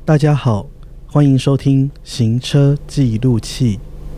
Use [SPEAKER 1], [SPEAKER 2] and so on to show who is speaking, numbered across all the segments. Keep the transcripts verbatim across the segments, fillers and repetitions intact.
[SPEAKER 1] 大家好，欢迎收听行车记录器。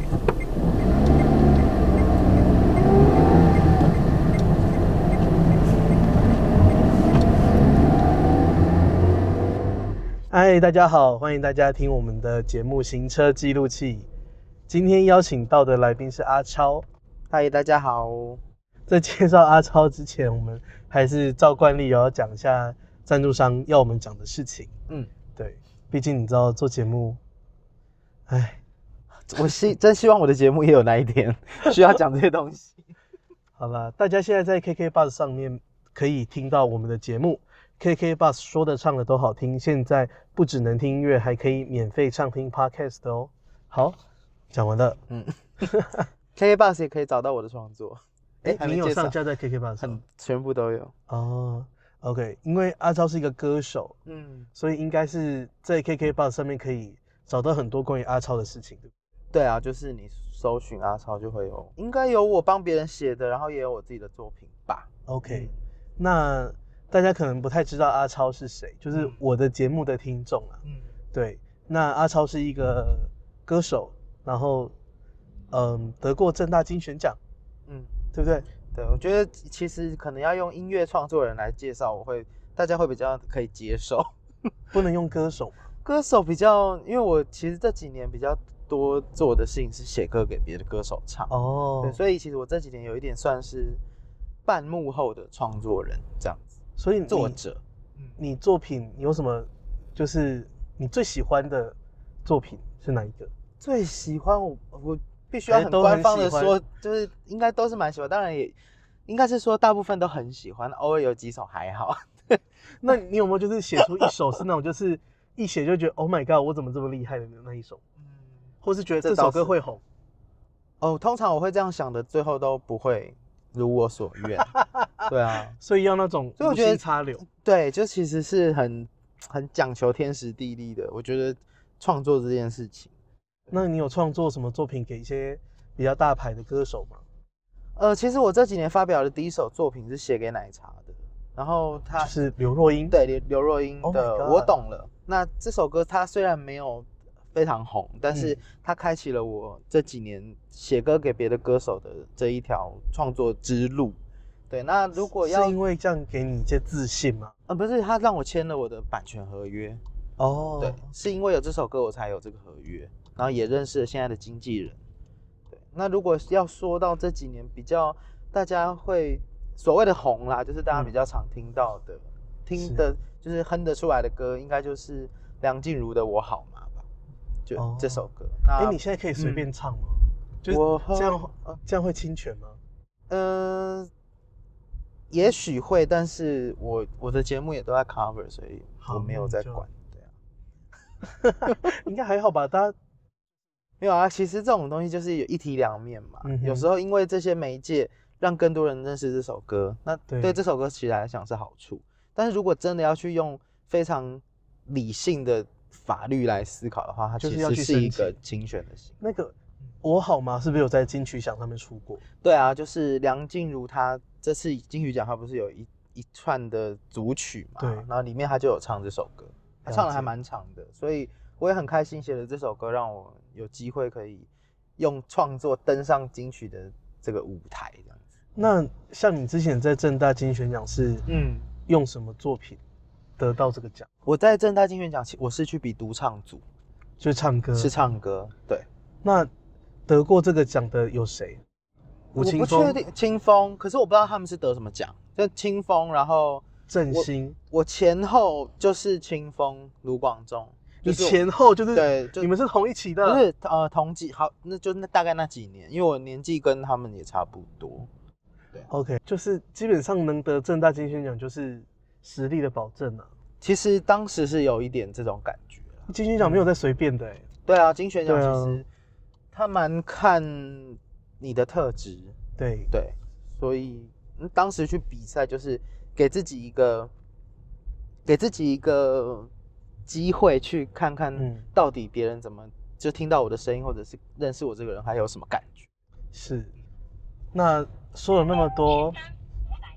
[SPEAKER 1] 嗨，大家好，欢迎大家听我们的节目《行车记录器》。今天邀请到的来宾是阿超。
[SPEAKER 2] 嗨，大家好。
[SPEAKER 1] 在介绍阿超之前，我们还是照惯例要讲一下赞助商要我们讲的事情。嗯，对，毕竟你知道做节目，哎，
[SPEAKER 2] 我希真希望我的节目也有那一天需要讲这些东西。
[SPEAKER 1] 好啦，大家现在在 K K Bus 上面可以听到我们的节目。K K Bus 说的唱的都好听，现在不只能听音乐，还可以免费畅听 Podcast 哦。好，讲完了。嗯
[SPEAKER 2] ，K K Bus 也可以找到我的创作。
[SPEAKER 1] 哎、欸，你有上架在 K K Bus？
[SPEAKER 2] 很，全部都有。
[SPEAKER 1] 哦 ，OK， 因为阿超是一个歌手，嗯，所以应该是在 K K Bus 上面可以找到很多关于阿超的事情。
[SPEAKER 2] 对啊，就是你搜寻阿超就会有，应该有我帮别人写的，然后也有我自己的作品吧。
[SPEAKER 1] OK，、嗯、那大家可能不太知道阿超是谁，就是我的节目的听众啊。嗯，对，那阿超是一个歌手，然后嗯得过政大金选奖，嗯，对不对？
[SPEAKER 2] 对，我觉得其实可能要用音乐创作人来介绍，我会大家会比较可以接受。
[SPEAKER 1] 不能用歌手吗？
[SPEAKER 2] 歌手比较，因为我其实这几年比较多做的事情是写歌给别的歌手唱哦，对，所以其实我这几年有一点算是半幕后的创作人这样子。
[SPEAKER 1] 所以
[SPEAKER 2] 作者，
[SPEAKER 1] 你作品你有什么？就是你最喜欢的作品是哪一个？
[SPEAKER 2] 最喜欢我我必须要很官方的说，就是应该都是蛮喜欢，当然也应该是说大部分都很喜欢，偶尔有几首还好。
[SPEAKER 1] 那你有没有就是写出一首是那种就是一写就觉得 Oh my God 我怎么这么厉害的那一首？嗯，或是觉得这首歌会红？
[SPEAKER 2] 哦，通常我会这样想的，最后都不会如我所愿。对啊，
[SPEAKER 1] 所以要那种无心插柳。
[SPEAKER 2] 对，就其实是很很讲求天时地利的。我觉得创作这件事情，
[SPEAKER 1] 那你有创作什么作品给一些比较大牌的歌手吗？
[SPEAKER 2] 呃，其实我这几年发表的第一首作品是写给奶茶的，然后他
[SPEAKER 1] 就是刘若英，
[SPEAKER 2] 对刘刘若英的《我懂了》。那这首歌它虽然没有非常红，但是它开启了我这几年写歌给别的歌手的这一条创作之路。对，那如果要
[SPEAKER 1] 是因为这样给你一些自信吗？
[SPEAKER 2] 呃，不是，他让我签了我的版权合约。哦，对，是因为有这首歌我才有这个合约，然后也认识了现在的经纪人。对，那如果要说到这几年比较大家会所谓的红啦，就是大家比较常听到的、嗯、听的，就是哼得出来的歌，应该就是梁静茹的《我好吗》吧，就、哦、这首歌。
[SPEAKER 1] 哎、欸，你现在可以随便唱吗？嗯、就是这样，这样会侵权吗？
[SPEAKER 2] 呃。也许会，但是我我的节目也都在 cover， 所以我没有在管。对
[SPEAKER 1] 啊，应该还好吧？大家
[SPEAKER 2] 没有啊。其实这种东西就是有一体两面嘛。嗯、有时候因为这些媒介让更多人认识这首歌，那对这首歌其实来讲是好处。但是如果真的要去用非常理性的法律来思考的话，它其实是一个侵权的行为。
[SPEAKER 1] 那个我好吗？是不是有在金曲奖上面出过？
[SPEAKER 2] 对啊，就是梁静茹她这次金曲奖，她不是有一一串的组曲嘛？对，然后里面她就有唱这首歌，她唱的还蛮长的，所以我也很开心写了这首歌，让我有机会可以用创作登上金曲的这个舞台这样子。
[SPEAKER 1] 那像你之前在政大金选奖是嗯用什么作品得到这个奖？
[SPEAKER 2] 我在政大金选奖，我是去比独唱组，
[SPEAKER 1] 就是唱歌，
[SPEAKER 2] 是唱歌。对，那
[SPEAKER 1] 得过这个奖的有谁？
[SPEAKER 2] 我不确定，清风，可是我不知道他们是得什么奖。就清风，然后
[SPEAKER 1] 振兴，
[SPEAKER 2] 我前后就是清风、卢广仲。
[SPEAKER 1] 你前后就是
[SPEAKER 2] 对，
[SPEAKER 1] 你们是同一期的？
[SPEAKER 2] 不是，呃，同几，好，那就那大概那几年，因为我年纪跟他们也差不多。
[SPEAKER 1] 对 ，OK， 就是基本上能得政大金选奖就是实力的保证啊。
[SPEAKER 2] 其实当时是有一点这种感觉。
[SPEAKER 1] 金选奖没有在随便的、欸嗯、
[SPEAKER 2] 对啊，金选奖其实。他蛮看你的特质，
[SPEAKER 1] 对
[SPEAKER 2] 对，所以当时去比赛就是给自己一个给自己一个机会去看看到底别人怎么、嗯、就听到我的声音，或者是认识我这个人还有什么感觉。
[SPEAKER 1] 是，那说了那么多，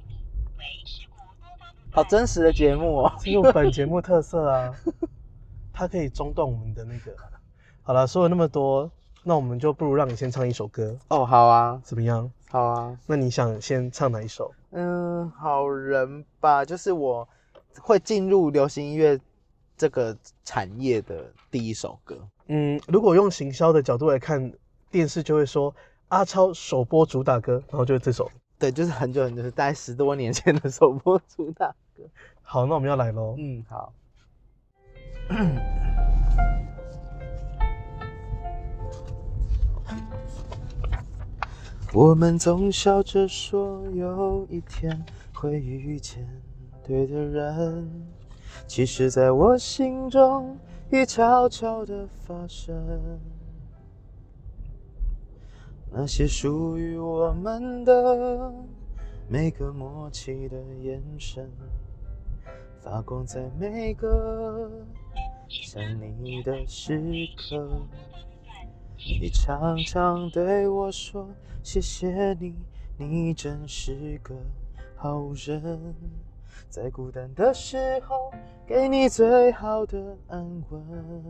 [SPEAKER 2] 好真实的节目哦，
[SPEAKER 1] 这是本节目特色啊。 它可以中断我们的那个。好了，说了那么多，那我们就不如让你先唱一首歌。
[SPEAKER 2] 哦，好啊，
[SPEAKER 1] 怎么样？
[SPEAKER 2] 好啊。
[SPEAKER 1] 那你想先唱哪一首？
[SPEAKER 2] 嗯，好人吧，就是我会进入流行音乐这个产业的第一首歌。
[SPEAKER 1] 嗯，如果用行销的角度来看，电视就会说阿超首播主打歌，然后就是这首。
[SPEAKER 2] 对，就是很久很久，大概十多年前的首播主打歌。
[SPEAKER 1] 好，那我们要来咯。
[SPEAKER 2] 嗯，好。我们总笑着说有一天会遇见对的人，其实在我心中已悄悄地发生。那些属于我们的每个默契的眼神，发光在每个想你的时刻。你常常对我说谢谢你，你真是个好人，在孤单的时候给你最好的安稳。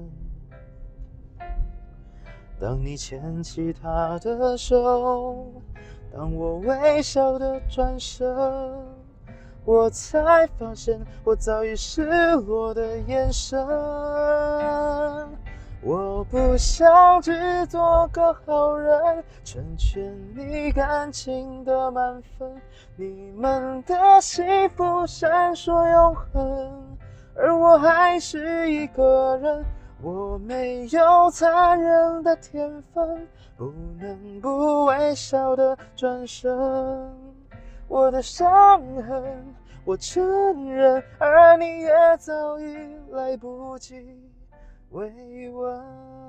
[SPEAKER 2] 当你牵起他的手，当我微笑的转身，我才发现我早已失落的眼神。我不想只做个好人，成全你感情的满分，你们的幸福闪烁永恒，而我还是一个人。我没有残忍的天分，不能不微笑的转身。我的伤痕我承认，而你也早已来不及慰问。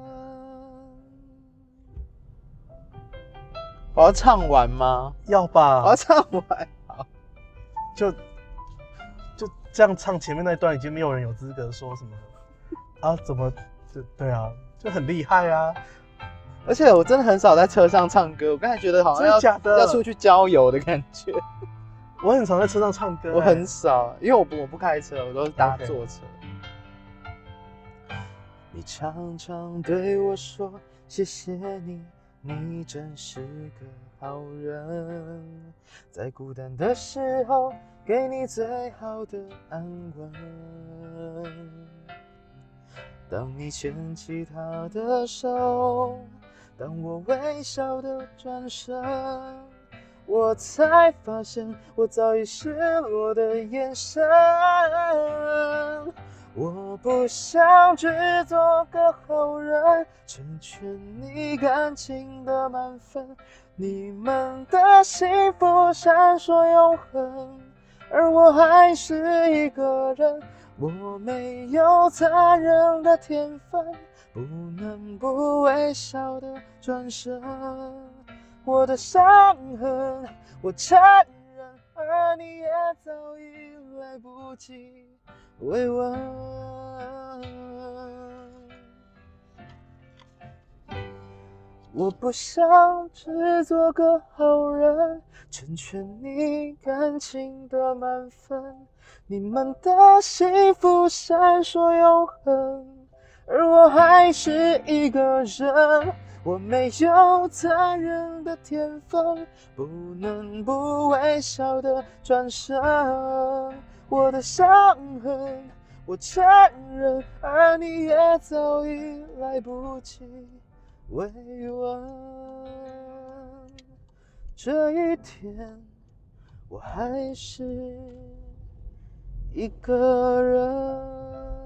[SPEAKER 2] 我要唱完吗？
[SPEAKER 1] 要吧。
[SPEAKER 2] 我要唱完。好，
[SPEAKER 1] 就就这样唱前面那段，已经没有人有资格说什么啊？怎么？就对啊，就很厉害啊！
[SPEAKER 2] 而且我真的很少在车上唱歌，我刚才觉得好像要
[SPEAKER 1] 真的假的
[SPEAKER 2] 要出去郊游的感觉。
[SPEAKER 1] 我很常在车上唱歌、欸，
[SPEAKER 2] 我很少，因为我不我不开车，我都是搭坐车。Okay. 你常常对我说谢谢你，你真是个好人，在孤单的时候给你最好的安稳。当你牵起他的手，当我微笑的转身，我才发现我早已失落的眼神。我不想只做个好人，成全你感情的满分，你们的幸福闪烁永恒，而我还是一个人。我没有残忍的天分，不能不微笑的转身。我的伤痕我承认，而你也早已来不及慰问。我不想只做个好人，成全你感情的满分，你们的幸福闪烁永恒，而我还是一个人。我没有残忍的天分，不能不微笑的转身。我的伤痕我承认，而你也早已来不及慰问。这一天我还是一个人。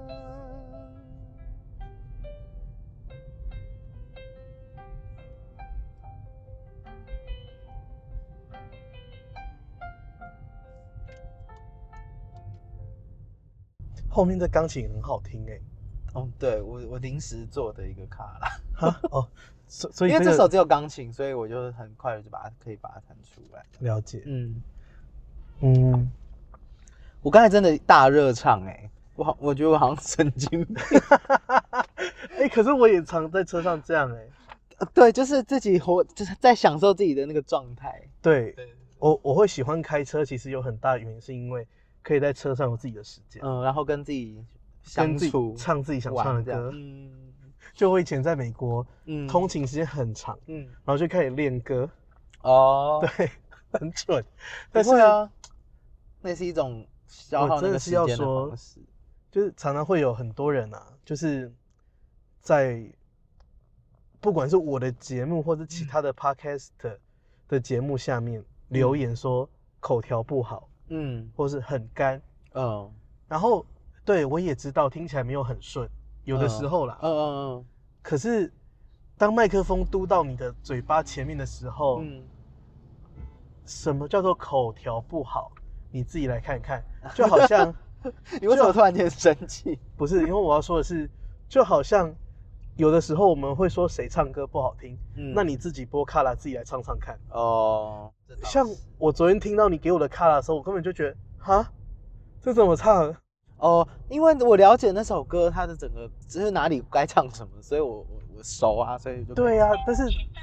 [SPEAKER 1] 后面的钢琴很好听哎、欸。
[SPEAKER 2] 哦，对我我临时做的一个卡啦。
[SPEAKER 1] 哈哦，所所以、
[SPEAKER 2] 这個、因为这首只有钢琴，所以我就很快就把它可以把它弹出来。
[SPEAKER 1] 了解。
[SPEAKER 2] 嗯
[SPEAKER 1] 嗯，
[SPEAKER 2] 我刚才真的大热唱哎、欸，我好，我觉得我好像神经病。
[SPEAKER 1] 哎、欸，可是我也常在车上这样哎、
[SPEAKER 2] 欸。对，就是自己活，就是在享受自己的那个状态。
[SPEAKER 1] 对，對我我会喜欢开车，其实有很大的原因是因为可以在车上有自己的时间，
[SPEAKER 2] 嗯，然后跟自己
[SPEAKER 1] 跟自己唱自己想唱的歌。嗯，就我以前在美国，嗯，通勤时间很长，嗯，然后就开始练歌。哦，对，很蠢。但是
[SPEAKER 2] 啊，那是一种消耗那个时间的方式。
[SPEAKER 1] 就是常常会有很多人啊，就是在不管是我的节目或者其他的 podcast 的节目下面留言说口条不好，嗯，或是很干，嗯，然后对我也知道听起来没有很顺，有的时候啦，嗯嗯嗯，可是当麦克风嘟到你的嘴巴前面的时候，嗯，什么叫做口条不好？你自己来看看，就好像
[SPEAKER 2] 你为什么突然间生气？
[SPEAKER 1] 不是，因为我要说的是，就好像有的时候我们会说谁唱歌不好听，嗯，那你自己播卡拉自己来唱唱看哦。像我昨天听到你给我的卡拉的时候，我根本就觉得哈，这怎么唱？
[SPEAKER 2] 哦，因为我了解那首歌它的整个只是哪里该唱什么，所以我我我熟啊，所以就
[SPEAKER 1] 对啊，但是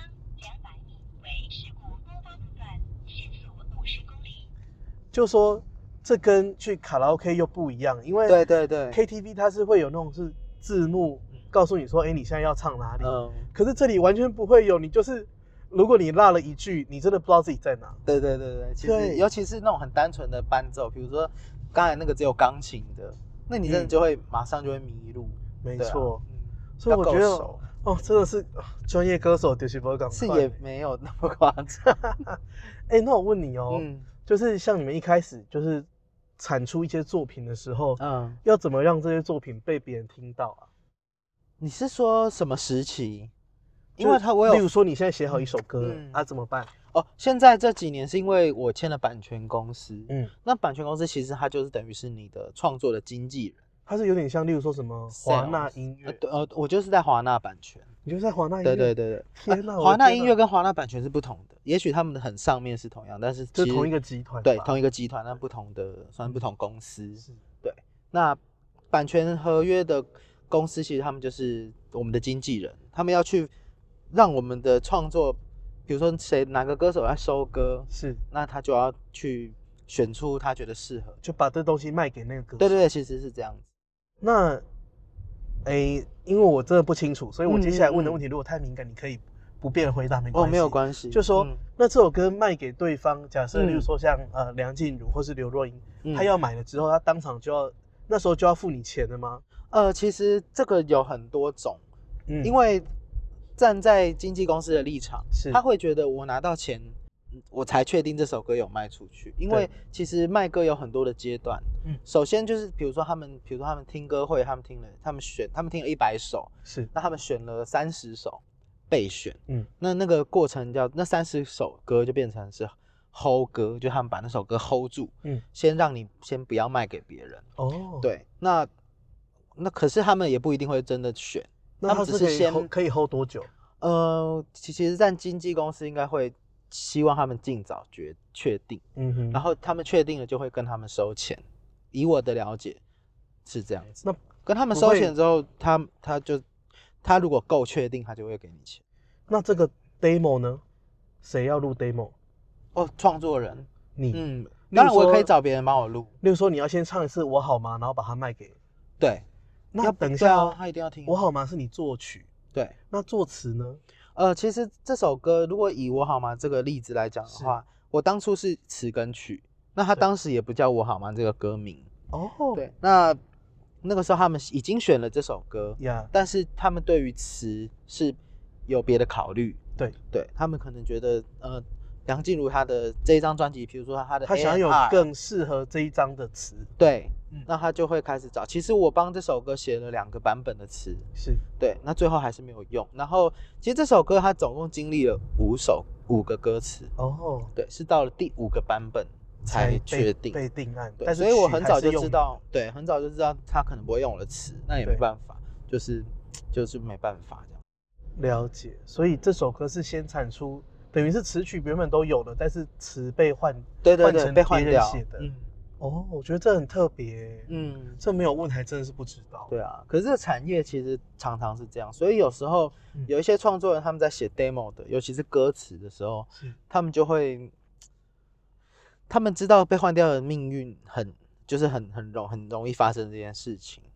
[SPEAKER 1] 就说这跟去卡拉 OK 又不一样，因为
[SPEAKER 2] 对对对
[SPEAKER 1] K T V 它是会有那种是字幕告诉你说，哎，你现在要唱哪里？嗯，可是这里完全不会有，你就是如果你落了一句，你真的不知道自己在哪。
[SPEAKER 2] 对对对对，其实尤其是那种很单纯的伴奏，比如说刚才那个只有钢琴的，那你真的就会、嗯、马上就会迷路。
[SPEAKER 1] 没错，嗯，所以我觉得哦，真的是专业歌手就是不敢
[SPEAKER 2] 是也没有那么夸张。
[SPEAKER 1] 哎、欸，那我问你哦。嗯，就是像你们一开始就是产出一些作品的时候，嗯，要怎么让这些作品被别人听到啊？
[SPEAKER 2] 你是说什么时期？因为他我有，
[SPEAKER 1] 例如说你现在写好一首歌，嗯、啊怎么办？
[SPEAKER 2] 哦，现在这几年是因为我签了版权公司，嗯，那版权公司其实它就是等于是你的创作的经纪人，
[SPEAKER 1] 它是有点像，例如说什么华纳音乐，
[SPEAKER 2] 呃，呃，我就是在华纳版权。
[SPEAKER 1] 你就在华纳音乐？
[SPEAKER 2] 对对对对，
[SPEAKER 1] 天哪！
[SPEAKER 2] 华纳音乐跟华纳版权是不同的，也许他们的很上面是同样，但是
[SPEAKER 1] 就同一个集团，
[SPEAKER 2] 对，同一个集团，但不同的算不同公司。是，对。那版权合约的公司其实他们就是我们的经纪人，他们要去让我们的创作，比如说谁哪个歌手要收歌，
[SPEAKER 1] 是，
[SPEAKER 2] 那他就要去选出他觉得适合，
[SPEAKER 1] 就把这东西卖给那个歌手。
[SPEAKER 2] 对对对，其实是这样子。
[SPEAKER 1] 那。哎、欸，因为我真的不清楚，所以我接下来问的问题如果太敏感，你可以不便回答，没关系。
[SPEAKER 2] 哦，没有关系。
[SPEAKER 1] 就说、嗯、那这首歌卖给对方，假设例如说像、嗯、呃梁静茹或是刘若英、嗯，他要买了之后，他当场就要那时候就要付你钱了吗？
[SPEAKER 2] 呃，其实这个有很多种，嗯，因为站在经纪公司的立场，是他会觉得我拿到钱，我才确定这首歌有卖出去，因为其实卖歌有很多的阶段。嗯，首先就是比如说他们，比如说他们听歌会，他们听了，他们选，他们听了一百首，
[SPEAKER 1] 是，
[SPEAKER 2] 那他们选了三十首备选，嗯，那那个过程叫那三十首歌就变成是 hold 歌，就他们把那首歌 hold 住，嗯，先让你先不要卖给别人。哦，对，那那可是他们也不一定会真的选，
[SPEAKER 1] 那他们只是先可以 hold 多久？
[SPEAKER 2] 呃，其实在经纪公司应该会希望他们尽早决确定，嗯哼，然后他们确定了就会跟他们收钱。以我的了解是这样子，那跟他们收钱之后，他他就他如果够确定，他就会给你钱。
[SPEAKER 1] 那这个 demo 呢？谁要录 demo？
[SPEAKER 2] 哦，创作人，
[SPEAKER 1] 你，
[SPEAKER 2] 嗯，当然我也可以找别人帮我录。
[SPEAKER 1] 例如说，你要先唱一次《我好吗》，然后把它卖给，
[SPEAKER 2] 对，
[SPEAKER 1] 那等一下、哦
[SPEAKER 2] 啊，他一定要听。
[SPEAKER 1] 我好吗是你作曲，
[SPEAKER 2] 对，
[SPEAKER 1] 那作词呢？
[SPEAKER 2] 呃，其实这首歌如果以我好吗这个例子来讲的话，我当初是词跟曲。那他当时也不叫我好吗这个歌名哦，对，那那个时候他们已经选了这首歌， yeah. 但是他们对于词是有别的考虑，
[SPEAKER 1] 对
[SPEAKER 2] 对，他们可能觉得呃梁静茹她的这一张专辑，比如说她的 A R，
[SPEAKER 1] 他想要有更适合这一张的词，
[SPEAKER 2] 对，嗯，那他就会开始找。其实我帮这首歌写了两个版本的词，
[SPEAKER 1] 是
[SPEAKER 2] 对，那最后还是没有用。然后其实这首歌它总共经历了五首五个歌词，哦，对，是到了第五个版本才确定
[SPEAKER 1] 被定案，
[SPEAKER 2] 对，所以我很早就知道，对，很早就知道他可能不会用我的词，那也没办法，就是就是没办法这样。
[SPEAKER 1] 了解，所以这首歌是先产出，等于是词曲原本都有了，但是词被换，
[SPEAKER 2] 对对对，
[SPEAKER 1] 换成
[SPEAKER 2] 被换掉
[SPEAKER 1] 写的。嗯，哦，我觉得这很特别，嗯，这没有问还真的是不知道。
[SPEAKER 2] 对啊，可是这个产业其实常常是这样，所以有时候有一些创作人他们在写 demo 的，尤其是歌词的时候，他们就会。他们知道被换掉的命运很，就是很很容很容易发生这件事情，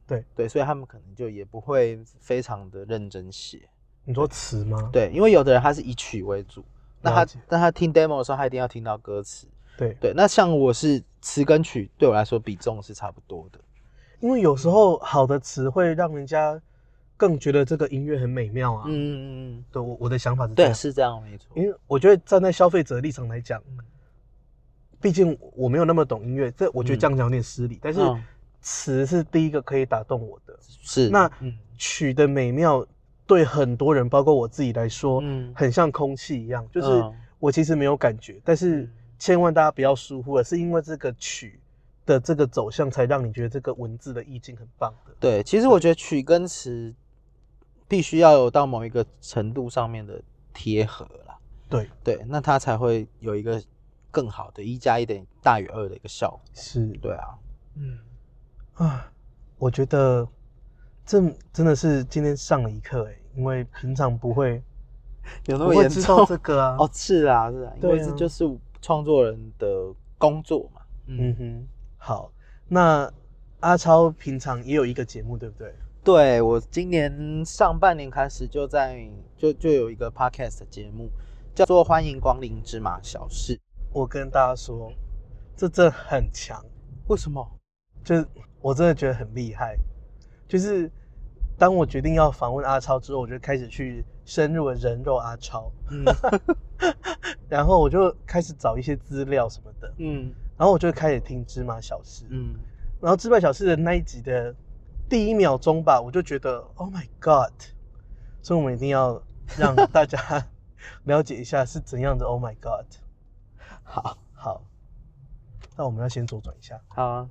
[SPEAKER 1] 对
[SPEAKER 2] 对，所以他们可能就也不会非常的认真写。
[SPEAKER 1] 你说词吗？
[SPEAKER 2] 对，因为有的人他是以曲为主，那他但他听 demo 的时候，他一定要听到歌词。
[SPEAKER 1] 对
[SPEAKER 2] 对，那像我是词跟曲对我来说比重是差不多的，
[SPEAKER 1] 因为有时候好的词会让人家更觉得这个音乐很美妙啊。嗯嗯嗯，对，我我的想法是这样。
[SPEAKER 2] 对，是这样，没错。
[SPEAKER 1] 因为我觉得站在消费者立场来讲，毕竟我没有那么懂音乐，这我觉得这样讲有点失礼。嗯、但是词是第一个可以打动我的，
[SPEAKER 2] 是
[SPEAKER 1] 那、嗯、曲的美妙对很多人，包括我自己来说，嗯、很像空气一样，就是我其实没有感觉，但是千万大家不要疏忽了，是因为这个曲的这个走向，才让你觉得这个文字的意境很棒的。
[SPEAKER 2] 对，其实我觉得曲跟词必须要有到某一个程度上面的贴合啦。
[SPEAKER 1] 对
[SPEAKER 2] 对，那它才会有一个更好的一加一等于大于二的一个效果。
[SPEAKER 1] 是，
[SPEAKER 2] 对啊，
[SPEAKER 1] 嗯啊，我觉得这真的是今天上了一课哎，因为平常不会
[SPEAKER 2] 有那么严重
[SPEAKER 1] 这个啊。
[SPEAKER 2] 哦，是啊，是啊，因为这就是创作人的工作嘛。
[SPEAKER 1] 嗯, 嗯哼，好，那阿超平常也有一个节目，对不对？
[SPEAKER 2] 对，我今年上半年开始就在就就有一个 podcast 的节目，叫做《欢迎光临芝麻小事》。
[SPEAKER 1] 我跟大家说，这真的很强。
[SPEAKER 2] 为什么？
[SPEAKER 1] 就是我真的觉得很厉害。就是当我决定要访问阿超之后，我就开始去深入的人肉阿超，嗯，然后我就开始找一些资料什么的，嗯，然后我就开始听芝麻小事，嗯，然后芝麻小事的那一集的第一秒钟吧，我就觉得 Oh my God， 所以我们一定要让大家了解一下是怎样的 Oh my God。
[SPEAKER 2] 好
[SPEAKER 1] 好，那我们要先左转一下。
[SPEAKER 2] 好啊。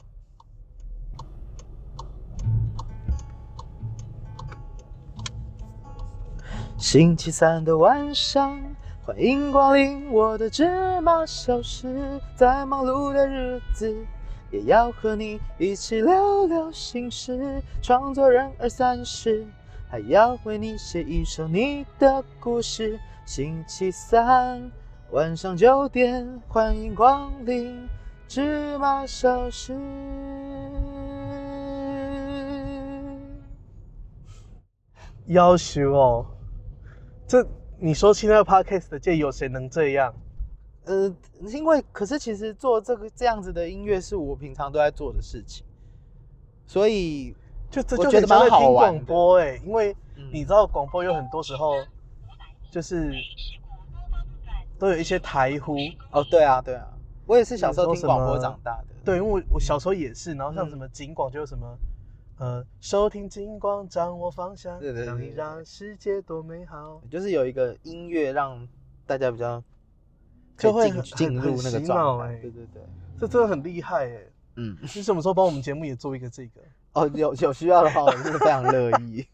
[SPEAKER 2] 星期三的晚上，欢迎光临我的芝麻小事，在忙碌的日子也要和你一起聊聊心事，创作人二三十，还要为你写一首你的故事。星期三晚上九点，欢迎光临芝麻小事。
[SPEAKER 1] 要求哦，这你说现在 podcast 的界有谁能这样？
[SPEAKER 2] 呃，因为可是其实做这个这样子的音乐是我平常都在做的事情，所以
[SPEAKER 1] 就这就觉得蛮好玩的。广播哎、欸，因为你知道广播有很多时候就是都有一些台呼
[SPEAKER 2] 哦，对啊对啊，我也是小时候听广播长大的。
[SPEAKER 1] 对，因为我我小时候也是，然后像什么警广就有什么。呃，收听金光，掌握方向，对对对，让你让世界多美好。
[SPEAKER 2] 就是有一个音乐让大家比较就会进入那个状态。对对对，
[SPEAKER 1] 这真的很厉害哎。嗯，你什么时候帮我们节目也做一个这个？
[SPEAKER 2] 哦，有有需要的话，我是非常乐意。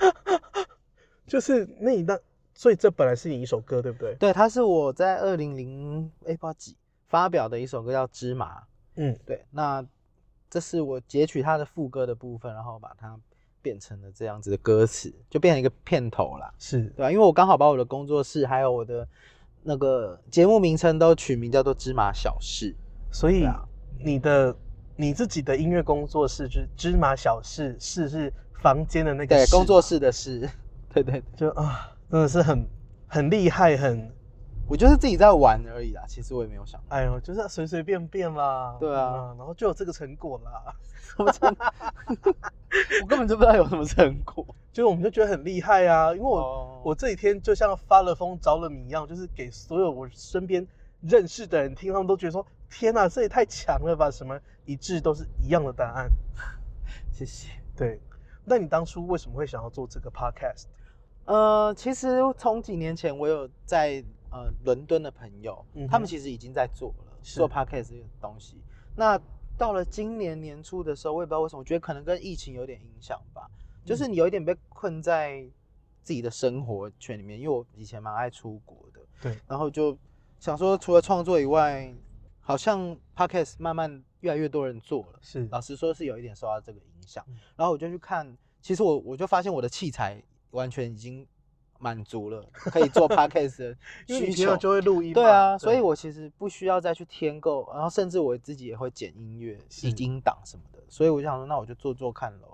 [SPEAKER 1] 就是那一段，所以这本来是你一首歌，对不对？
[SPEAKER 2] 对，它是我在二零零哎不知道几发表的一首歌，叫《芝麻》。嗯，对，那。这是我截取它的副歌的部分，然后把它变成了这样子的歌词，就变成一个片头啦。
[SPEAKER 1] 是，
[SPEAKER 2] 对吧？因为我刚好把我的工作室还有我的那个节目名称都取名叫做芝麻小事，
[SPEAKER 1] 所以你的你自己的音乐工作室就是芝麻小事，事是房间的那个
[SPEAKER 2] 对工作室的事，对对对，
[SPEAKER 1] 就啊，真的是很很厉害，很。
[SPEAKER 2] 我就是自己在玩而已啦，其实我也没有想到。
[SPEAKER 1] 哎呦，就是随随便便啦。
[SPEAKER 2] 对啊、
[SPEAKER 1] 嗯，然后就有这个成果啦。
[SPEAKER 2] 什么成果？我根本就不知道有什么成果。
[SPEAKER 1] 就是我们就觉得很厉害啊，因为我、哦、我这几天就像发了疯着了迷一样，就是给所有我身边认识的人听，他们都觉得说：天哪，这也太强了吧！什么一致都是一样的答案。
[SPEAKER 2] 谢谢。
[SPEAKER 1] 对，那你当初为什么会想要做这个 podcast？
[SPEAKER 2] 呃，其实从几年前我有在。呃，伦敦的朋友、嗯，他们其实已经在做了做 podcast 这个东西。那到了今年年初的时候，我也不知道为什么，我觉得可能跟疫情有点影响吧、嗯。就是你有一点被困在自己的生活圈里面，因为我以前蛮爱出国的，
[SPEAKER 1] 对。
[SPEAKER 2] 然后就想说，除了创作以外，好像 podcast 慢慢越来越多人做了。
[SPEAKER 1] 是，
[SPEAKER 2] 老实说是有一点受到这个影响、嗯。然后我就去看，其实我我就发现我的器材完全已经。满足了可以做 podcast 的需求，
[SPEAKER 1] 就会录音。
[SPEAKER 2] 对啊，所以我其实不需要再去添购，然后甚至我自己也会剪音乐、音档什么的。所以我就想说，那我就做做看咯。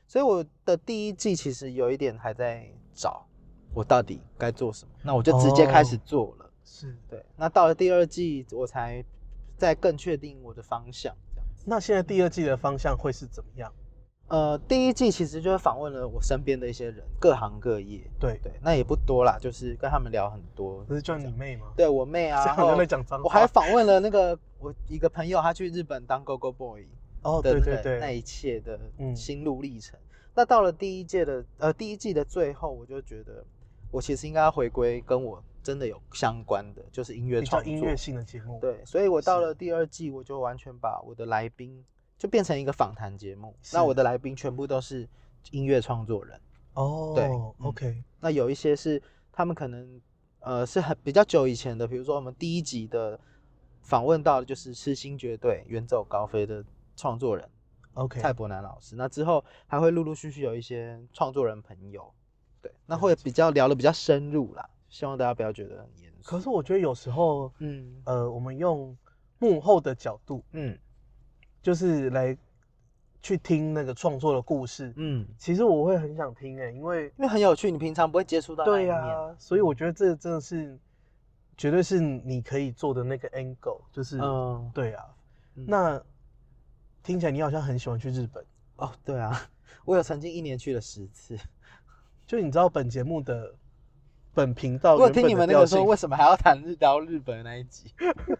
[SPEAKER 2] 所以我的第一季其实有一点还在找我到底该做什么，那我就直接开始做了。哦、
[SPEAKER 1] 是
[SPEAKER 2] 对，那到了第二季我才再更确定我的方向。
[SPEAKER 1] 那现在第二季的方向会是怎么样？
[SPEAKER 2] 呃，第一季其实就是访问了我身边的一些人，各行各业。
[SPEAKER 1] 对
[SPEAKER 2] 对，那也不多啦，就是跟他们聊很多。
[SPEAKER 1] 不是就你妹吗？
[SPEAKER 2] 对我妹啊，
[SPEAKER 1] 好像在讲脏话。
[SPEAKER 2] 我还访问了那个我一个朋友，他去日本当 Go Go Boy
[SPEAKER 1] 哦，对对对，
[SPEAKER 2] 那一切的心路历程。嗯、那到了第一届的呃第一季的最后，我就觉得我其实应该要回归跟我真的有相关的，就是音乐创作、
[SPEAKER 1] 音乐性的节目。
[SPEAKER 2] 对，所以我到了第二季，我就完全把我的来宾。就变成一个访谈节目，那我的来宾全部都是音乐创作人
[SPEAKER 1] 哦，对 ，OK。
[SPEAKER 2] 那有一些是他们可能呃是很比较久以前的，比如说我们第一集的访问到的就是痴心绝对、远走高飞的创作人
[SPEAKER 1] ，OK，
[SPEAKER 2] 蔡伯南老师。那之后还会陆陆续续有一些创作人朋友，对，那会比较聊得比较深入啦，希望大家不要觉得很严肃。
[SPEAKER 1] 可是我觉得有时候，嗯，呃，我们用幕后的角度，嗯。就是来去听那个创作的故事，嗯，其实我会很想听哎、欸，因为
[SPEAKER 2] 因为很有趣，你平常不会接触到那一面，对啊，
[SPEAKER 1] 所以我觉得这真的是绝对是你可以做的那个 angle， 就是，嗯，对啊，嗯、那听起来你好像很喜欢去日本
[SPEAKER 2] 哦，对啊，我有曾经一年去了十次，
[SPEAKER 1] 就你知道本节目的本频道，
[SPEAKER 2] 我听你们那个说为什么还要谈日聊日本的那一集。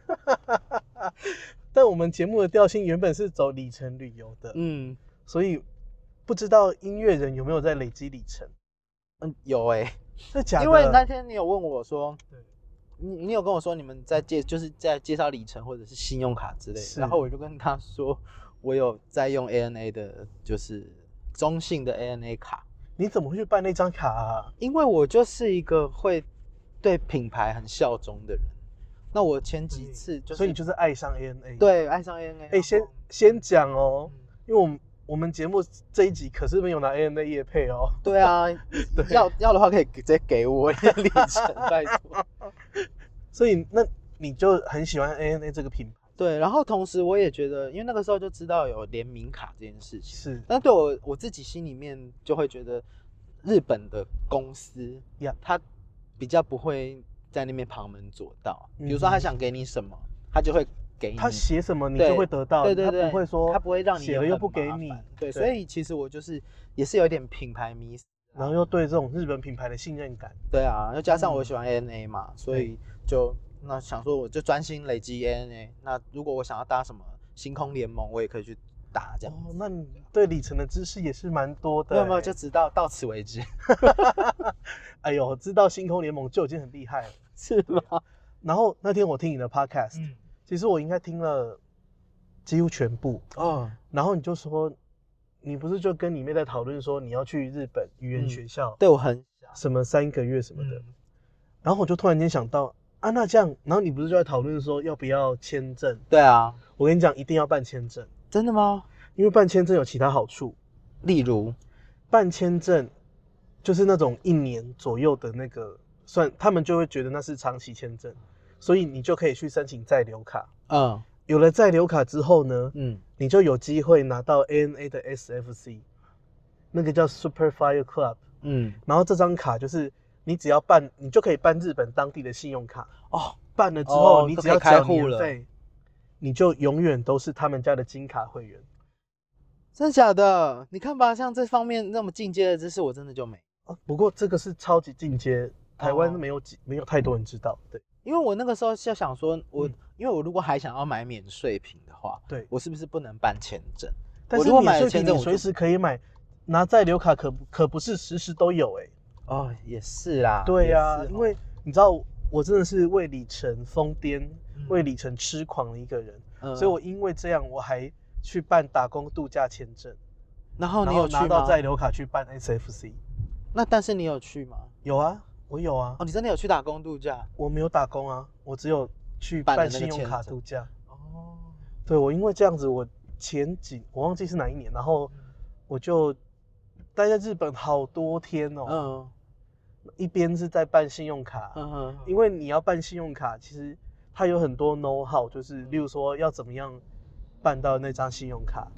[SPEAKER 1] 但我们节目的调性原本是走里程旅游的，嗯，所以不知道音乐人有没有在累积里程？
[SPEAKER 2] 嗯，有哎、欸，
[SPEAKER 1] 是假的。
[SPEAKER 2] 因为那天你有问我说，对，你你有跟我说你们在介就是在介绍里程或者是信用卡之类的，然后我就跟他说我有在用 A N A 的，就是中信的 A N A 卡。
[SPEAKER 1] 你怎么会去办那张卡啊？
[SPEAKER 2] 因为我就是一个会对品牌很效忠的人。那我前几次就是，
[SPEAKER 1] 所以你就是爱上 A N A，
[SPEAKER 2] 对，爱上 A N A。
[SPEAKER 1] 哎、欸，先先讲哦，嗯、因为我们我们节目这一集可是没有拿 A N A 业配哦。
[SPEAKER 2] 对啊，对要要的话可以直接给我里程，拜托。
[SPEAKER 1] 所以那你就很喜欢 A N A 这个品牌。
[SPEAKER 2] 对，然后同时我也觉得，因为那个时候就知道有联名卡这件事情，
[SPEAKER 1] 是，
[SPEAKER 2] 但对我我自己心里面就会觉得，日本的公司呀，它比较不会在那边旁门左道，比如说他想给你什么，他就会给你，
[SPEAKER 1] 他写什么你就会得到，
[SPEAKER 2] 对对对，
[SPEAKER 1] 他不会说
[SPEAKER 2] 他不会让你
[SPEAKER 1] 写了又不给你，
[SPEAKER 2] 对，所以其实我就是也是有点品牌迷思，
[SPEAKER 1] 然后又对这种日本品牌的信任感，
[SPEAKER 2] 对啊，又加上我喜欢 A N A 嘛，所以就那想说我就专心累积 A N A， 那如果我想要搭什么星空联盟，我也可以去打这样。
[SPEAKER 1] 哦，那你对里程的知识也是蛮多的，
[SPEAKER 2] 没有没有，就直到到此为止。
[SPEAKER 1] 哎呦，知道星空联盟就已经很厉害了。
[SPEAKER 2] 是吗？
[SPEAKER 1] 然后那天我听你的 podcast，、嗯、其实我应该听了几乎全部哦。然后你就说，你不是就跟你妹在讨论说你要去日本语言学校？
[SPEAKER 2] 嗯、对我很
[SPEAKER 1] 什么三个月什么的。嗯、然后我就突然间想到，啊，那这样，然后你不是就在讨论说要不要签证？
[SPEAKER 2] 对啊，
[SPEAKER 1] 我跟你讲，一定要办签证。
[SPEAKER 2] 真的吗？
[SPEAKER 1] 因为办签证有其他好处，
[SPEAKER 2] 例如
[SPEAKER 1] 办签证就是那种一年左右的那个。算他们就会觉得那是长期签证，所以你就可以去申请在留卡。嗯，有了在留卡之后呢，嗯，你就有机会拿到 A N A 的 S F C， 那个叫 Super Flyer Club。嗯，然后这张卡就是你只要办，你就可以办日本当地的信用卡。哦，办了之后、哦、你只要缴年费，你就永远都是他们家的金卡会员。
[SPEAKER 2] 真的假的？你看吧，像这方面那么进阶的知识，我真的就没。
[SPEAKER 1] 哦，不过这个是超级进阶。台湾没有几、哦、没有太多人知道，对，
[SPEAKER 2] 因为我那个时候就想说，我、嗯、因为我如果还想要买免税品的话，
[SPEAKER 1] 对，
[SPEAKER 2] 我是不是不能办签证？
[SPEAKER 1] 但是免税品你随时可以买，拿在留卡可可不是时时都有哎、欸。
[SPEAKER 2] 哦，也是啦，
[SPEAKER 1] 对呀、啊，因为你知道我真的是为里程疯癫、嗯、为里程痴狂的一个人，嗯、所以我因为这样我还去办打工度假签证，
[SPEAKER 2] 然后你有去吗？
[SPEAKER 1] 拿到在留卡去办 S F C。
[SPEAKER 2] 那但是你有去吗？
[SPEAKER 1] 有啊。我有啊，
[SPEAKER 2] 哦，你真的有去打工度假？
[SPEAKER 1] 我没有打工啊，我只有去办信用卡度假。哦，对，我因为这样子，我前几我忘记是哪一年，然后我就待在日本好多天哦。嗯，一边是在办信用卡，嗯哼，因为你要办信用卡，其实它有很多 know how， 就是例如说要怎么样办到那张信用卡。
[SPEAKER 2] 对，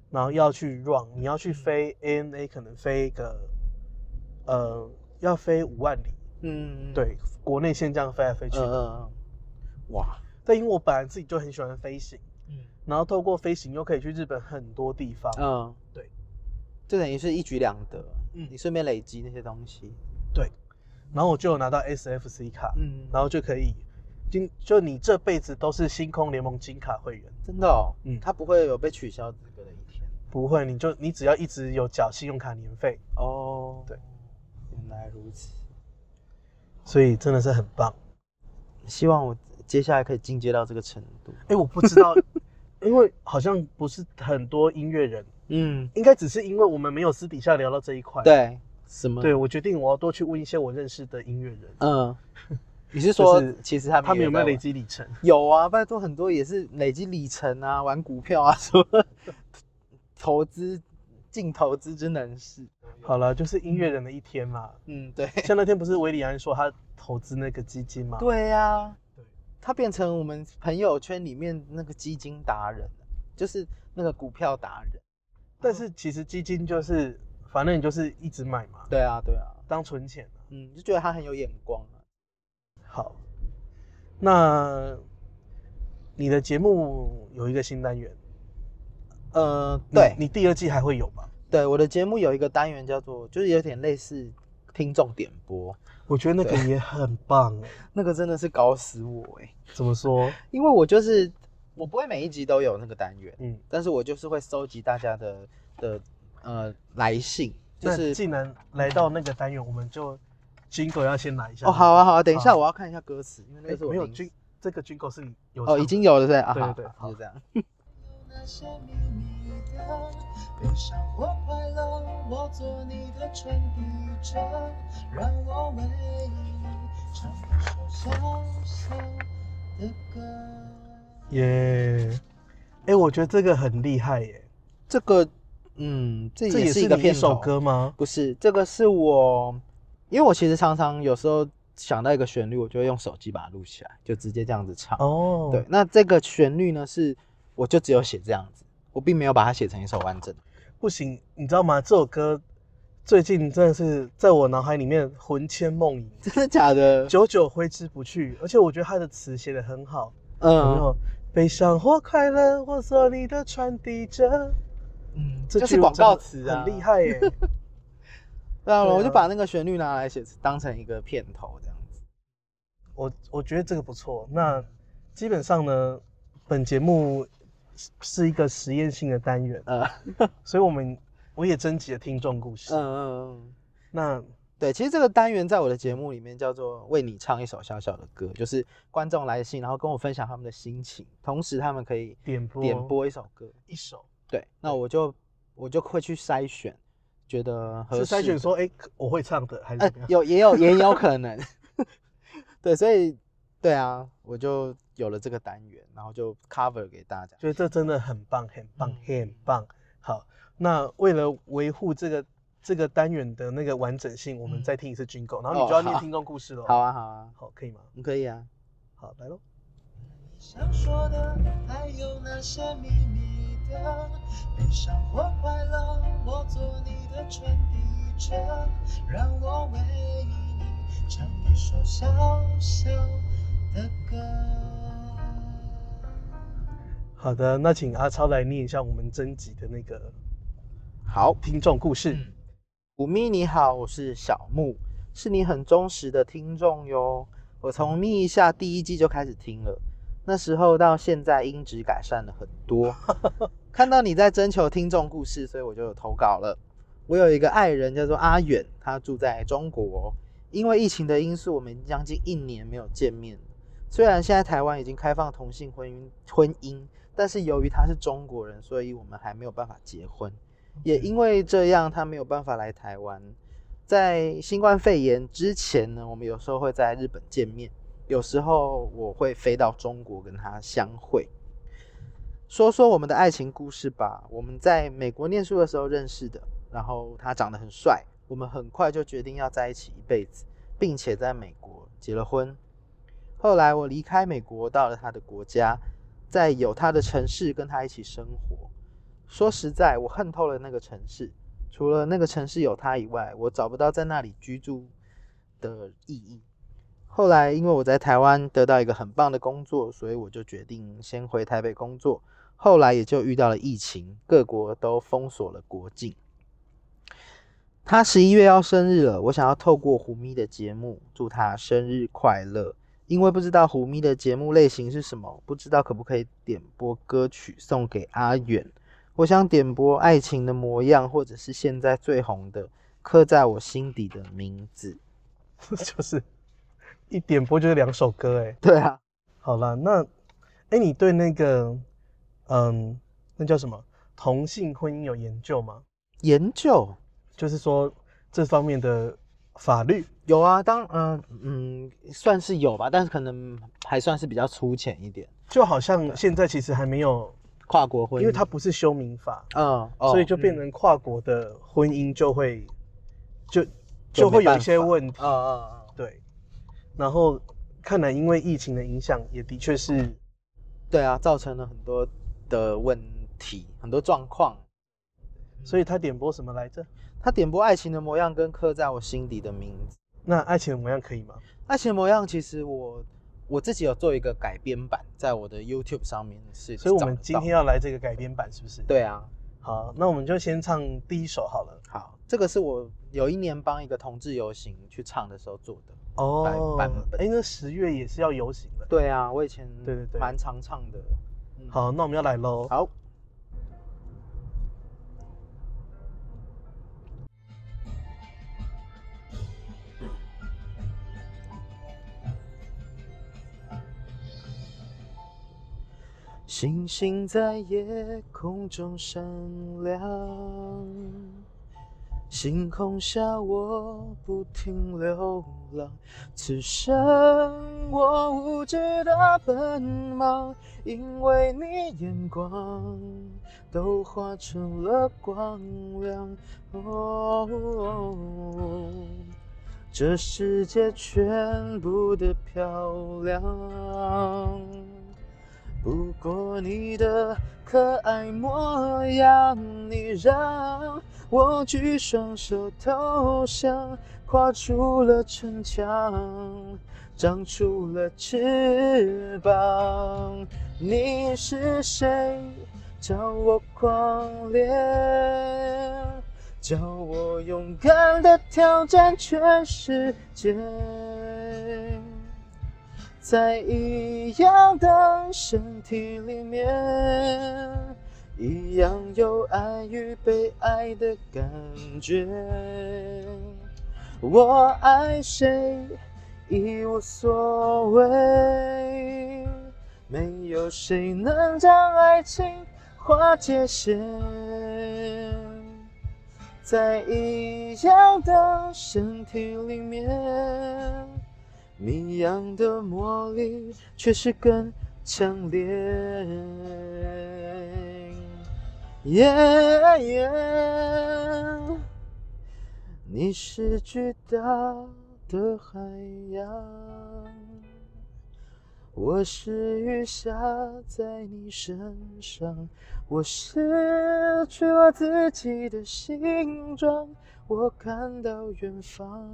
[SPEAKER 1] 然后要去 run， 你要去飞 A N A， 可能飞个呃要飞五万里，嗯，对，国内线这样飞来飞去的，嗯，哇！但因为我本来自己就很喜欢飞行，嗯，然后透过飞行又可以去日本很多地方，嗯，对，
[SPEAKER 2] 就等于是一举两得，嗯，你顺便累积那些东西，
[SPEAKER 1] 对，然后我就有拿到 S F C 卡，嗯，然后就可以。金就你这辈子都是星空联盟金卡会员，
[SPEAKER 2] 真的哦，嗯，它不会有被取消资格的一天，
[SPEAKER 1] 不会，你就你只要一直有缴信用卡年费
[SPEAKER 2] 哦，对，原来如此，
[SPEAKER 1] 所以真的是很棒，
[SPEAKER 2] 希望我接下来可以进阶到这个程度。
[SPEAKER 1] 哎、欸，我不知道，因为好像不是很多音乐人，嗯，应该只是因为我们没有私底下聊到这一块，
[SPEAKER 2] 对，什么？
[SPEAKER 1] 对我决定我要多去问一些我认识的音乐人，
[SPEAKER 2] 嗯。你是说，就是、其实他们
[SPEAKER 1] 他们有没有累积里程？
[SPEAKER 2] 有啊，拜托很多也是累积里程啊，玩股票啊什么，投资净投资之能事。
[SPEAKER 1] 好了，就是音乐人的一天嘛。嗯，对。像那天不是韦礼安说他投资那个基金吗？
[SPEAKER 2] 对呀、啊，对，他变成我们朋友圈里面那个基金达人，就是那个股票达人。
[SPEAKER 1] 但是其实基金就是，反正你就是一直买嘛。
[SPEAKER 2] 对啊，对啊，
[SPEAKER 1] 当存钱、啊。
[SPEAKER 2] 嗯，就觉得他很有眼光、啊。
[SPEAKER 1] 好，那你的节目有一个新单元，
[SPEAKER 2] 呃，对，
[SPEAKER 1] 你, 你第二季还会有吗？
[SPEAKER 2] 对，我的节目有一个单元叫做，就是有点类似听众点播，
[SPEAKER 1] 我觉得那个也很棒哎，
[SPEAKER 2] 那个真的是搞死我哎。
[SPEAKER 1] 怎么说？
[SPEAKER 2] 因为我就是我不会每一集都有那个单元，嗯，但是我就是会收集大家的的呃来信，就是
[SPEAKER 1] 既然来到那个单元，我们就。Jingle 要先来一下
[SPEAKER 2] 哦，好啊，好啊，等一下我要看一下歌词，因为那个是我
[SPEAKER 1] 没有军，这个 Jingle 是你有
[SPEAKER 2] 哦，已经有了对啊，
[SPEAKER 1] 对对对，
[SPEAKER 2] 好，就这样。
[SPEAKER 1] 耶，哎，我觉得这个很厉害耶，
[SPEAKER 2] 这个，嗯，这
[SPEAKER 1] 也
[SPEAKER 2] 是一个
[SPEAKER 1] 一首歌吗？
[SPEAKER 2] 不是，这个是我。因为我其实常常有时候想到一个旋律，我就会用手机把它录起来，就直接这样子唱。哦，对，那这个旋律呢，是我就只有写这样子，我并没有把它写成一首完整的。
[SPEAKER 1] 不行，你知道吗？这首歌最近真的是在我脑海里面魂牵梦萦，
[SPEAKER 2] 真的假的？
[SPEAKER 1] 久久挥之不去。而且我觉得他的词写得很好，嗯，有没有？悲伤或快乐，我做你的传递者。嗯，
[SPEAKER 2] 这就是广告词啊，
[SPEAKER 1] 很厉害耶。
[SPEAKER 2] 对啊，我就把那个旋律拿来写，当成一个片头这样子。
[SPEAKER 1] 我我觉得这个不错。那基本上呢，本节目是一个实验性的单元，呃，所以我们我也征集了听众故事。嗯嗯嗯。
[SPEAKER 2] 那对，其实这个单元在我的节目里面叫做“为你唱一首小小的歌”，就是观众来信，然后跟我分享他们的心情，同时他们可以
[SPEAKER 1] 点播
[SPEAKER 2] 点播一首歌，
[SPEAKER 1] 一首。
[SPEAKER 2] 对，那我就我就会去筛选。觉得合适
[SPEAKER 1] 是筛选说，哎、欸，我会唱的，还是、欸、
[SPEAKER 2] 有也有也有可能，对，所以对啊，我就有了这个单元，然后就 cover 给大家，
[SPEAKER 1] 觉得这真的很棒，很棒，嗯、很棒。好，那为了维护这个这个单元的那个完整性，我们再听一次 Jingle，、嗯、然后你就要念听众故事了、哦。
[SPEAKER 2] 好啊，好啊，
[SPEAKER 1] 好，可以吗？
[SPEAKER 2] 可以啊，
[SPEAKER 1] 好，来喽。
[SPEAKER 3] 想说的还有那些秘密的悲伤或快乐，我做你的传递者，让我为你唱一首小小的歌。
[SPEAKER 1] 好的，那请阿超来念一下我们征集的那个
[SPEAKER 2] 好
[SPEAKER 1] 听众故事。
[SPEAKER 2] 嗯、五咪你好，我是小木，是你很忠实的听众哟。我从咪一下第一季就开始听了。那时候到现在音质改善了很多，看到你在征求听众故事，所以我就有投稿了。我有一个爱人叫做阿远，他住在中国，因为疫情的因素，我们将近一年没有见面。虽然现在台湾已经开放同性婚姻，婚姻，但是由于他是中国人，所以我们还没有办法结婚。也因为这样，他没有办法来台湾。在新冠肺炎之前呢，我们有时候会在日本见面。有时候我会飞到中国跟他相会，说说我们的爱情故事吧。我们在美国念书的时候认识的，然后他长得很帅，我们很快就决定要在一起一辈子，并且在美国结了婚。后来我离开美国，到了他的国家，在有他的城市跟他一起生活。 说实在，我恨透了那个城市。除了那个城市有它以外，我找不到在那里居住的意义。后来因为我在台湾得到一个很棒的工作，所以我就决定先回台北工作。后来也就遇到了疫情，各国都封锁了国境。他十一月要生日了，我想要透过胡咪的节目祝他生日快乐。因为不知道胡咪的节目类型是什么，不知道可不可以点播歌曲送给阿远。我想点播《爱情的模样》，或者是现在最红的《刻在我心底的名字》。
[SPEAKER 1] 就是一点播就是两首歌，哎。
[SPEAKER 2] 对啊。
[SPEAKER 1] 好啦，那哎、欸，你对那个嗯，那叫什么同性婚姻有研究吗？
[SPEAKER 2] 研究
[SPEAKER 1] 就是说这方面的法律。
[SPEAKER 2] 有啊，当嗯嗯算是有吧，但是可能还算是比较粗浅一点。
[SPEAKER 1] 就好像现在其实还没有
[SPEAKER 2] 跨国婚姻，
[SPEAKER 1] 因为它不是修民法，
[SPEAKER 2] 嗯，哦、
[SPEAKER 1] 所以就变成跨国的婚姻就会、嗯、就就会有一些问题。
[SPEAKER 2] 嗯嗯嗯，
[SPEAKER 1] 对。然后看来因为疫情的影响，也的确是，
[SPEAKER 2] 对啊，造成了很多的问题，很多状况。
[SPEAKER 1] 所以他点播什么来着？
[SPEAKER 2] 他点播《爱情的模样》跟《刻在我心底的名字》。
[SPEAKER 1] 那《爱情的模样》可以吗？《
[SPEAKER 2] 爱情的模样》其实我我自己有做一个改编版，在我的 YouTube 上面是。
[SPEAKER 1] 所以我们今天要来这个改编版，是不是？
[SPEAKER 2] 对啊。
[SPEAKER 1] 好，那我们就先唱第一首好了。
[SPEAKER 2] 好，这个是我有一年帮一个同志游行去唱的时候做的
[SPEAKER 1] 哦
[SPEAKER 2] 版本。
[SPEAKER 1] 哎、欸，那十月也是要游行的。
[SPEAKER 2] 对啊，我以前
[SPEAKER 1] 对对对
[SPEAKER 2] 蛮常唱的。
[SPEAKER 1] 嗯、好，那我们要来喽。
[SPEAKER 2] 好。星星在夜空中闪亮，星空下我不停流浪，此生我无知的奔忙，因为你眼光都化成了光亮。哦，这世界全部的漂亮，不过你的可爱模样，你让我举双手投降，跨出了城墙，长出了翅膀。你是谁？叫我狂烈，叫我勇敢地挑战全世界。在一样的身体里面，一样有爱与被爱的感觉。我爱谁已无所谓，没有谁能将爱情划界限。在一样的身体里面，谜样的魔力却是更强烈。yeah, yeah, 你是巨大的海洋，我是雨下在你身上，我失去了自己的形状，我看到远方。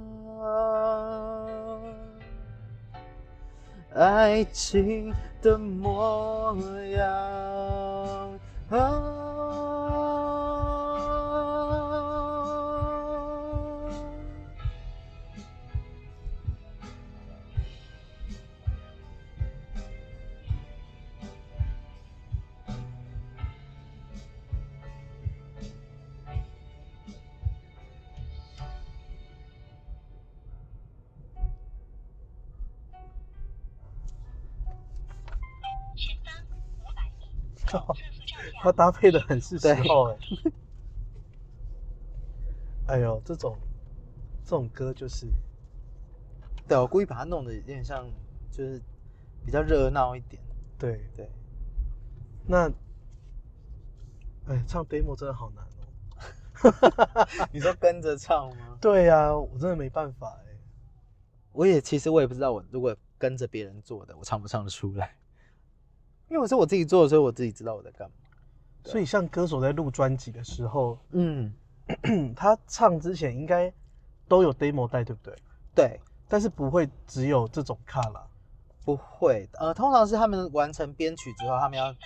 [SPEAKER 2] 爱情的模样，啊，
[SPEAKER 1] 他搭配的很是时候哎。哎呦，这种这种歌就是，
[SPEAKER 2] 对，我故意把它弄得有点像，就是比较热闹一点。
[SPEAKER 1] 对
[SPEAKER 2] 对。
[SPEAKER 1] 那，哎，唱 demo 真的好难哦。
[SPEAKER 2] 你说跟着唱吗？
[SPEAKER 1] 对呀、啊，我真的没办法哎。
[SPEAKER 2] 我也其实我也不知道，我如果跟着别人做的，我唱不唱得出来。因为我是我自己做的，所以我自己知道我在干嘛。
[SPEAKER 1] 所以像歌手在录专辑的时候，
[SPEAKER 2] 嗯，
[SPEAKER 1] 他唱之前应该都有 demo 带，对不对？
[SPEAKER 2] 对，
[SPEAKER 1] 但是不会只有这种卡啦。
[SPEAKER 2] 不会，呃，通常是他们完成编曲之后，他们要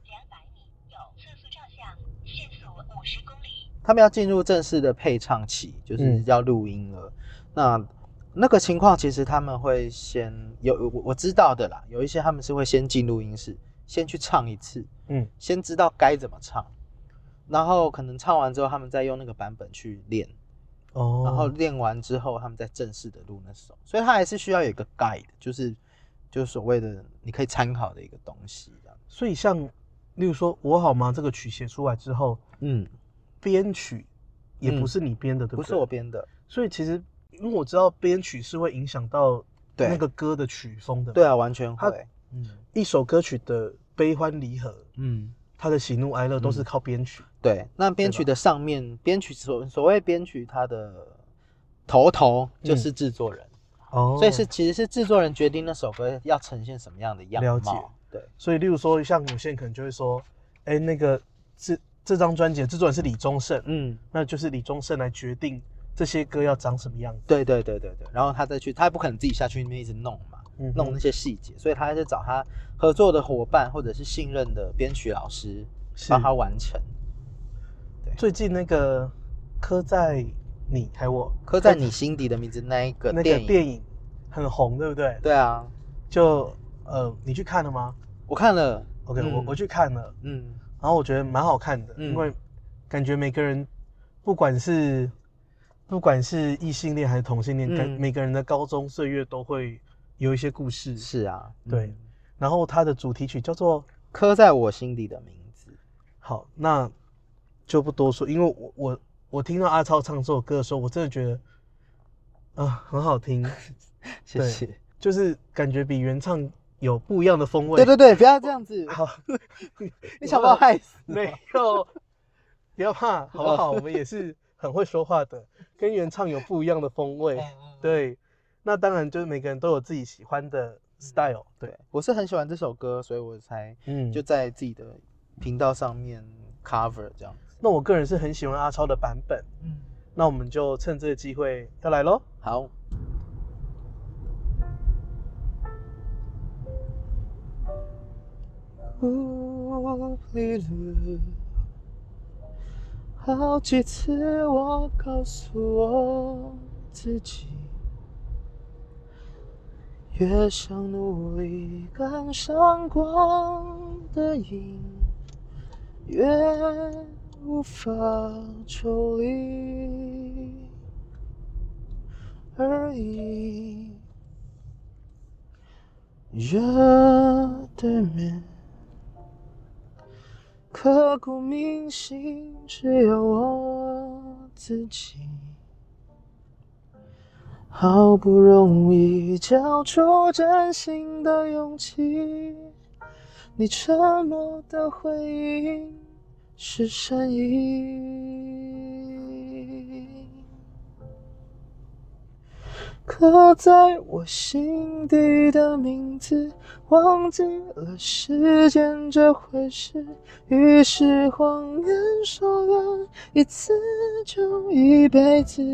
[SPEAKER 2] 他们要进入正式的配唱期，就是要录音了。嗯、那那个情况，其实他们会先有我我知道的啦，有一些他们是会先进录音室，先去唱一次，嗯，先知道该怎么唱，然后可能唱完之后，他们再用那个版本去练，哦，然后练完之后，他们再正式的录那首，所以他还是需要有一个 guide， 就是就是所谓的你可以参考的一个东西这样。
[SPEAKER 1] 所以像例如说我好吗这个曲写出来之后，嗯。编曲也不是你编的，嗯、对不对？
[SPEAKER 2] 不是我编的，
[SPEAKER 1] 所以其实因为我知道编曲是会影响到那个歌的曲风的。
[SPEAKER 2] 对啊，完全会。
[SPEAKER 1] 嗯，一首歌曲的悲欢离合，嗯，它的喜怒哀乐都是靠编曲。
[SPEAKER 2] 嗯、对，那编曲的上面，编曲所所谓编曲，它的头头就是制作人。哦、嗯，所以是其实是制作人决定那首歌要呈现什么样的样貌。了解。对，
[SPEAKER 1] 所以例如说，像有些人可能就会说，哎、欸，那个是。这张专辑的制作人是李宗盛，嗯，那就是李宗盛来决定这些歌要长什么样子。
[SPEAKER 2] 对对对对对，然后他再去，他不可能自己下去那边一直弄嘛，嗯、弄那些细节，所以他还是找他合作的伙伴或者是信任的编曲老师帮他完成。
[SPEAKER 1] 对，最近那个刻在你还我
[SPEAKER 2] 刻在你心底的名字那一个
[SPEAKER 1] 那个电影很红，对不对？
[SPEAKER 2] 对啊，
[SPEAKER 1] 就呃，你去看了吗？
[SPEAKER 2] 我看了
[SPEAKER 1] ，OK，、嗯、我我去看了，嗯。然后我觉得蛮好看的，嗯、因为感觉每个人，不管是不管是异性恋还是同性恋，嗯、每个人的高中岁月都会有一些故事。
[SPEAKER 2] 是啊，
[SPEAKER 1] 对。嗯、然后它的主题曲叫做《
[SPEAKER 2] 刻在我心底的名字》。
[SPEAKER 1] 好，那就不多说，因为我我我听到阿超唱这首歌的时候，我真的觉得啊、呃、很好听。
[SPEAKER 2] 谢谢。
[SPEAKER 1] 就是感觉比原唱有不一样的风味。
[SPEAKER 2] 对对对，不要这样子。
[SPEAKER 1] 好，
[SPEAKER 2] 你想把我害死？
[SPEAKER 1] 没有，不要怕，好不好？我们也是很会说话的，跟原唱有不一样的风味。对，那当然就是每个人都有自己喜欢的 style。对，
[SPEAKER 2] 我是很喜欢这首歌，所以我才嗯就在自己的频道上面 cover 这样子。
[SPEAKER 1] 那我个人是很喜欢阿超的版本。嗯，那我们就趁这个机会要来咯。
[SPEAKER 2] 好。无力了，好几次我告诉我自己，越想努力赶上光的影，越无法抽离而已。热的面刻骨铭心，只有我自己。好不容易交出真心的勇气，你沉默的回应是善意。刻在我心底的名字，忘记了时间这回事，于是谎言说了一次就一辈子。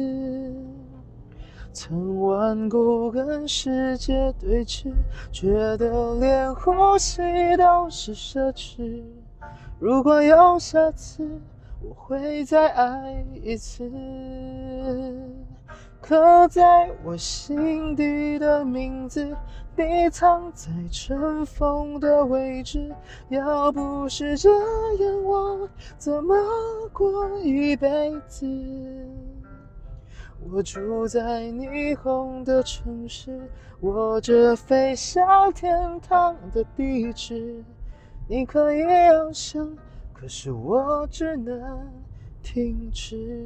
[SPEAKER 2] 曾顽固跟世界对峙，觉得连呼吸都是奢侈。如果有下次，我会再爱一次。刻在我心底的名字，你藏在尘封的位置。要不是这样，我怎么过一辈子？我住在霓虹的城市，握着飞向天堂的地址。你可以翱翔，可是我只能停止。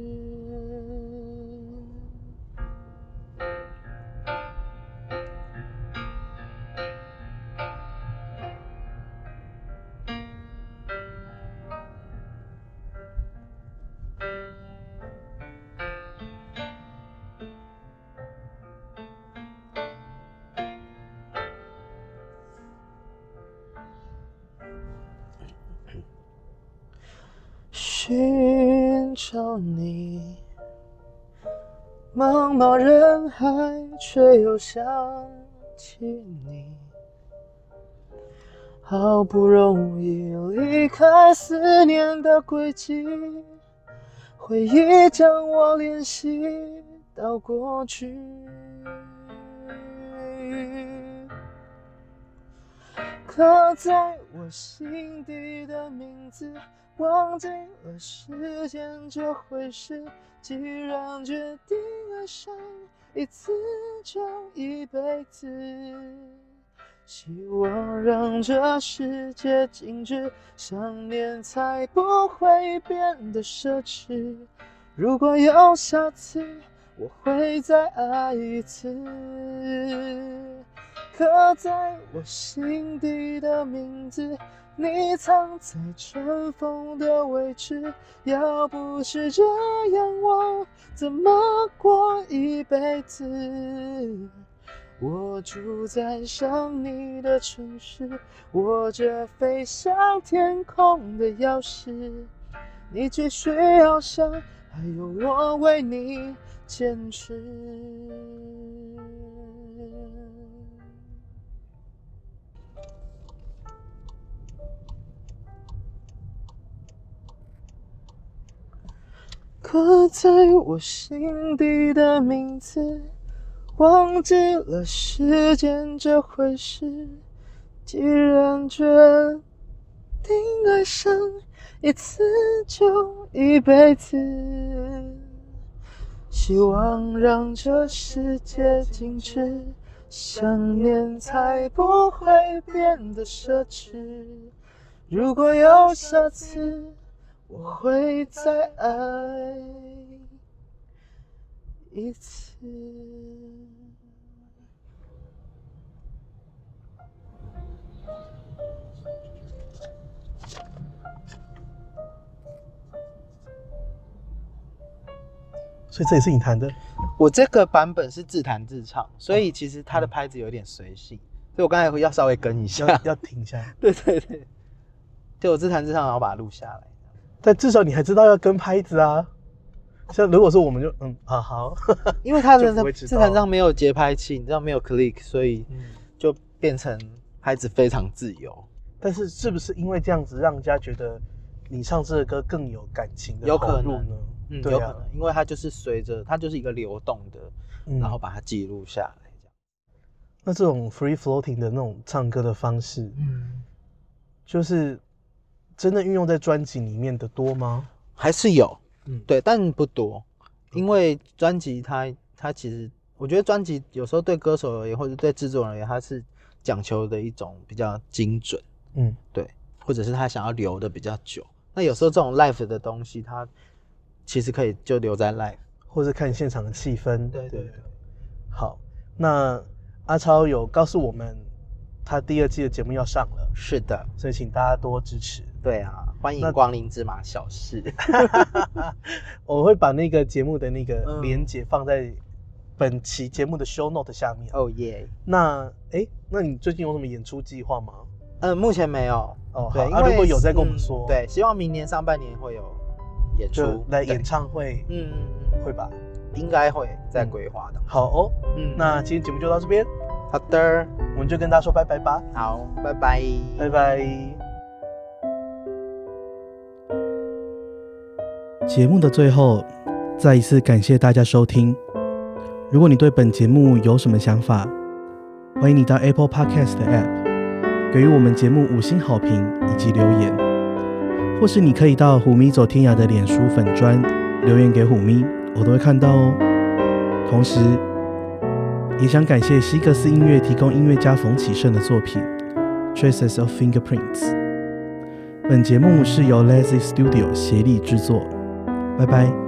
[SPEAKER 2] 寻找你，茫茫人海却又想起你，好不容易离开思念的轨迹，回忆将我联系到过去，刻在我心底的名字，忘记了时间这回事，既然决定爱上一次就一辈子，希望让这世界静止，想念才不会变得奢侈，如果有下次我会再爱一次，刻在我心底的名字，你藏在尘封的位置，要不是这样我怎么过一辈子，我住在想你的城市，握着飞向天空的钥匙，你只需要想，还有我为你坚持。刻在我心底的名字，忘记了时间这回事，既然决定爱上一次就一辈子，希望让这世界静止，想念才不会变得奢侈，如果有下次我会再爱一次。
[SPEAKER 1] 所以这也是你弹的？
[SPEAKER 2] 我这个版本是自弹自唱，所以其实它的拍子有点随性，所以我刚才要稍微跟一下，
[SPEAKER 1] 要, 要停一下。
[SPEAKER 2] 对对对，就我自弹自唱，然后把它录下来。
[SPEAKER 1] 但至少你还知道要跟拍子啊。像如果说我们就嗯啊好，
[SPEAKER 2] 因为它的自弹上没有节拍器，你知道没有 click， 所以就变成拍子非常自由。
[SPEAKER 1] 但是是不是因为这样子让人家觉得你唱这个歌更有感情的投入呢？
[SPEAKER 2] 嗯，对啊，有可能，因为它就是随着它就是一个流动的，嗯、然后把它记录下来这样。
[SPEAKER 1] 那这种 free floating 的那种唱歌的方式，嗯，就是真的运用在专辑里面的多吗？
[SPEAKER 2] 还是有，嗯，对，但不多，因为专辑它它其实，我觉得专辑有时候对歌手而言，或者对制作人而言，它是讲求的一种比较精准，嗯，对，或者是他想要留的比较久。那有时候这种 live 的东西，它其实可以就留在 live，
[SPEAKER 1] 或是看现场的气氛。
[SPEAKER 2] 对 对, 对。
[SPEAKER 1] 好，那阿超有告诉我们，他第二季的节目要上了。
[SPEAKER 2] 是的，
[SPEAKER 1] 所以请大家多支持。
[SPEAKER 2] 对啊，欢迎光临芝麻小事。
[SPEAKER 1] 我会把那个节目的那个连结放在本期节目的 show note 下面。
[SPEAKER 2] 哦耶！
[SPEAKER 1] 那哎，那你最近有什么演出计划吗？
[SPEAKER 2] 嗯，目前没有。
[SPEAKER 1] 哦，对，啊，如果有再跟我们说。
[SPEAKER 2] 嗯、对，希望明年上半年会有演出，
[SPEAKER 1] 来演唱会，嗯嗯嗯，会吧？
[SPEAKER 2] 应该会在规划的。
[SPEAKER 1] 好哦，嗯，那今天节目就到这边。
[SPEAKER 2] 好的，
[SPEAKER 1] 我们就跟大家说拜拜吧。
[SPEAKER 2] 好，拜拜，
[SPEAKER 1] 拜拜。节目的最后，再一次感谢大家收听。如果你对本节目有什么想法，欢迎你到 Apple Podcast 的 App 给予我们节目五星好评以及留言，或是你可以到虎咪走天涯的脸书粉专留言给虎咪，我都会看到哦。同时也想感谢西格斯音乐提供音乐家冯启胜的作品 Traces of Fingerprints。本节目是由 Lazy Studio 协力制作，拜拜。